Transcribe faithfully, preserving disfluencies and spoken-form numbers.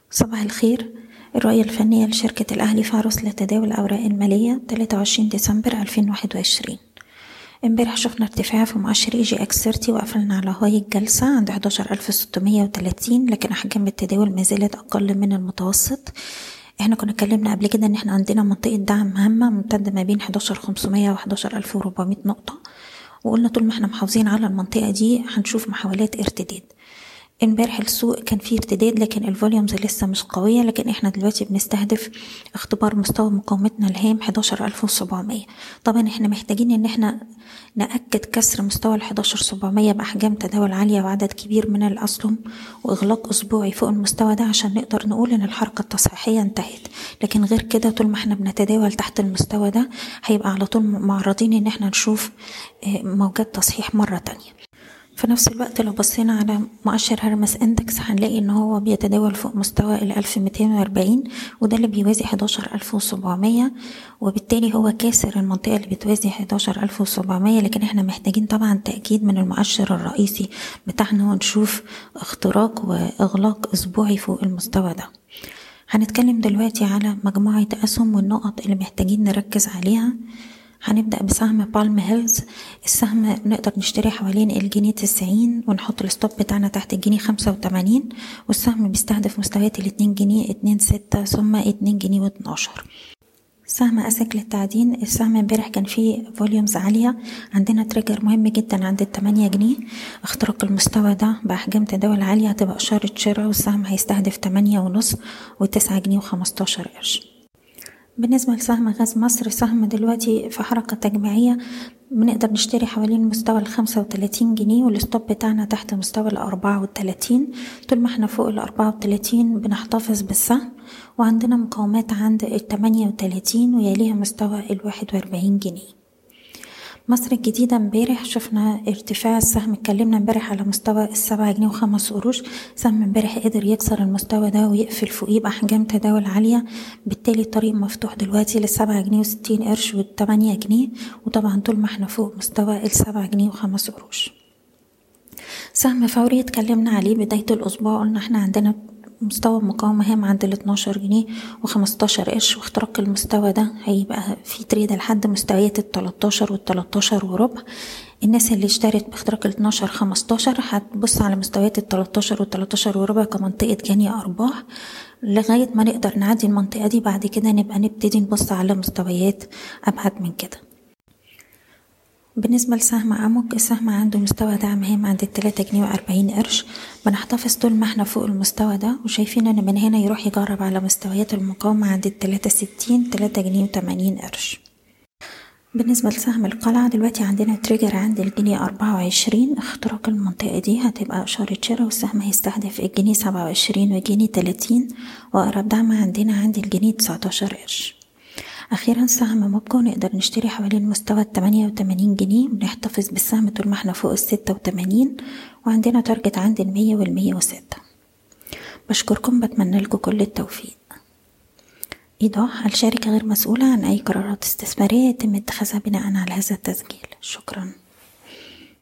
صباح الخير. الرؤية الفنية لشركة الأهلي فارس لتداول الأوراق المالية ثلاثة وعشرين ديسمبر ألفين وواحد وعشرين. امبارح شفنا ارتفاع في مؤشر اي جي اكس ثلاثين وقفلنا على هاي الجلسة عند أحد عشر ألف وستمية وتلاتين، لكن أحجام التداول ما زالت أقل من المتوسط. احنا كنا اتكلمنا قبل كده ان احنا عندنا منطقة دعم هامة ممتدة ما بين أحد عشر ألف وخمسمية و أحد عشر ألف وأربعمية نقطة، وقلنا طول ما احنا محافظين على المنطقة دي هنشوف محاولات ارتداد. امبارح السوق كان فيه ارتداد، لكن الفوليومز لسه مش قوية، لكن احنا دلوقتي بنستهدف اختبار مستوى مقاومتنا الهام أحد عشر ألف وسبعمية. طبعا احنا محتاجين ان احنا نأكد كسر مستوى ال أحد عشر ألف وسبعمية بأحجام تداول عالية وعدد كبير من الأسهم وإغلاق أسبوعي فوق المستوى ده عشان نقدر نقول ان الحركة التصحيحية انتهت. لكن غير كده طول ما احنا بنتداول تحت المستوى ده هيبقى على طول معرضين ان احنا نشوف موجات تصحيح مرة تانية. في نفس الوقت لو بصينا على مؤشر هرمس اندكس هنلاقي ان هو بيتداول فوق مستوى ال ألف ومئتين وأربعين، وده اللي بيوازي أحد عشر ألف وسبعمية، وبالتالي هو كاسر المنطقة اللي بتوازي أحد عشر ألف وسبعمية. لكن احنا محتاجين طبعا تأكيد من المؤشر الرئيسي بتاعنا ونشوف اختراق واغلاق اسبوعي فوق المستوى ده. هنتكلم دلوقتي على مجموعة أسهم والنقط اللي محتاجين نركز عليها. هنبدأ بسهم بالم هيلز. السهم نقدر نشتري حوالين الجنيه تسعين ونحط الستوب بتاعنا تحت الجنيه خمسة وتمانين، والسهم بيستهدف مستويات الاتنين جنيه اتنين ستة ثم اتنين جنيه واتناشر. سهم أسك للتعدين. السهم امبارح كان فيه فوليومز عالية، عندنا تريجر مهم جدا عند التمانية جنيه. اختراق المستوى ده بأحجام تداول عالية هتبقى إشارة شراء، والسهم هيستهدف تمانية ونص وتسعة جنيه وخمستاشر قرش. بالنسبة لسهم غاز مصر، سهم دلوقتي في حركة تجميعية، بنقدر نشتري حوالين مستوى الخمسة وتلاتين جنيه والستوب بتاعنا تحت مستوى الأربعة وتلاتين. طول ما احنا فوق الأربعة وتلاتين بنحتفظ بالسهم، وعندنا مقاومات عند التمانية وتلاتين ويليها مستوى الواحد وأربعين جنيه. مصر الجديدة امبارح شفنا ارتفاع السهم، اتكلمنا امبارح على مستوى السبعة جنيه وخمس قروش. سهم امبارح قدر يكسر المستوى ده ويقفل فوقيه بأحجام تداول عالية، بالتالي الطريق مفتوح دلوقتي للسبعة جنيه وستين قرش والتمانية جنيه، وطبعا طول ما احنا فوق مستوى السبعة جنيه وخمس قروش. سهم فوري اتكلمنا عليه بداية الأسبوع، قلنا احنا عندنا مستوى مقاومة هام عند ال اتناشر جنيه وخمستاشر قرش، واختراق المستوى ده هيبقى في تريد لحد مستويات ال تلتاشر وال تلتاشر وربع. الناس اللي اشترت باختراق ال اتناشر خمستاشر هتبص على مستويات ال تلتاشر وال تلتاشر وربع كمنطقة جني أرباح لغاية ما نقدر نعدي المنطقة دي. بعد كده نبقى نبتدي نبص على مستويات أبعد من كده. بالنسبة لسهم أموك، السهم عنده مستوى دعم هام عند التلاتة جنيه وأربعين قرش، بنحتفظ طول ما احنا فوق المستوى ده، وشايفين ان من هنا يروح يجرب على مستويات المقاومة عند التلاتة ستين تلاتة جنيه وتمانين قرش. بالنسبة لسهم القلعة، دلوقتي عندنا تريجر عند الجنيه أربعة وعشرين، اختراق المنطقة دي هتبقى إشارة شراء، والسهم هيستهدف الجنيه سبعة وعشرين والجنيه تلاتين، وأقرب دعم عندنا عند الجنيه تسعتاشر قرش. أخيرا سهم موبكو نقدر نشتري حوالين مستوى التمانية وتمانين جنيه، ونحتفظ بالسهم طول ما احنا فوق الستة وتمانين، وعندنا تارجت عند المية والمية وستة. بشكركم، بتمنى لكم كل التوفيق. إيضاح: الشركة غير مسؤولة عن أي قرارات استثمارية يتم اتخاذها بناء على هذا التسجيل. شكرا.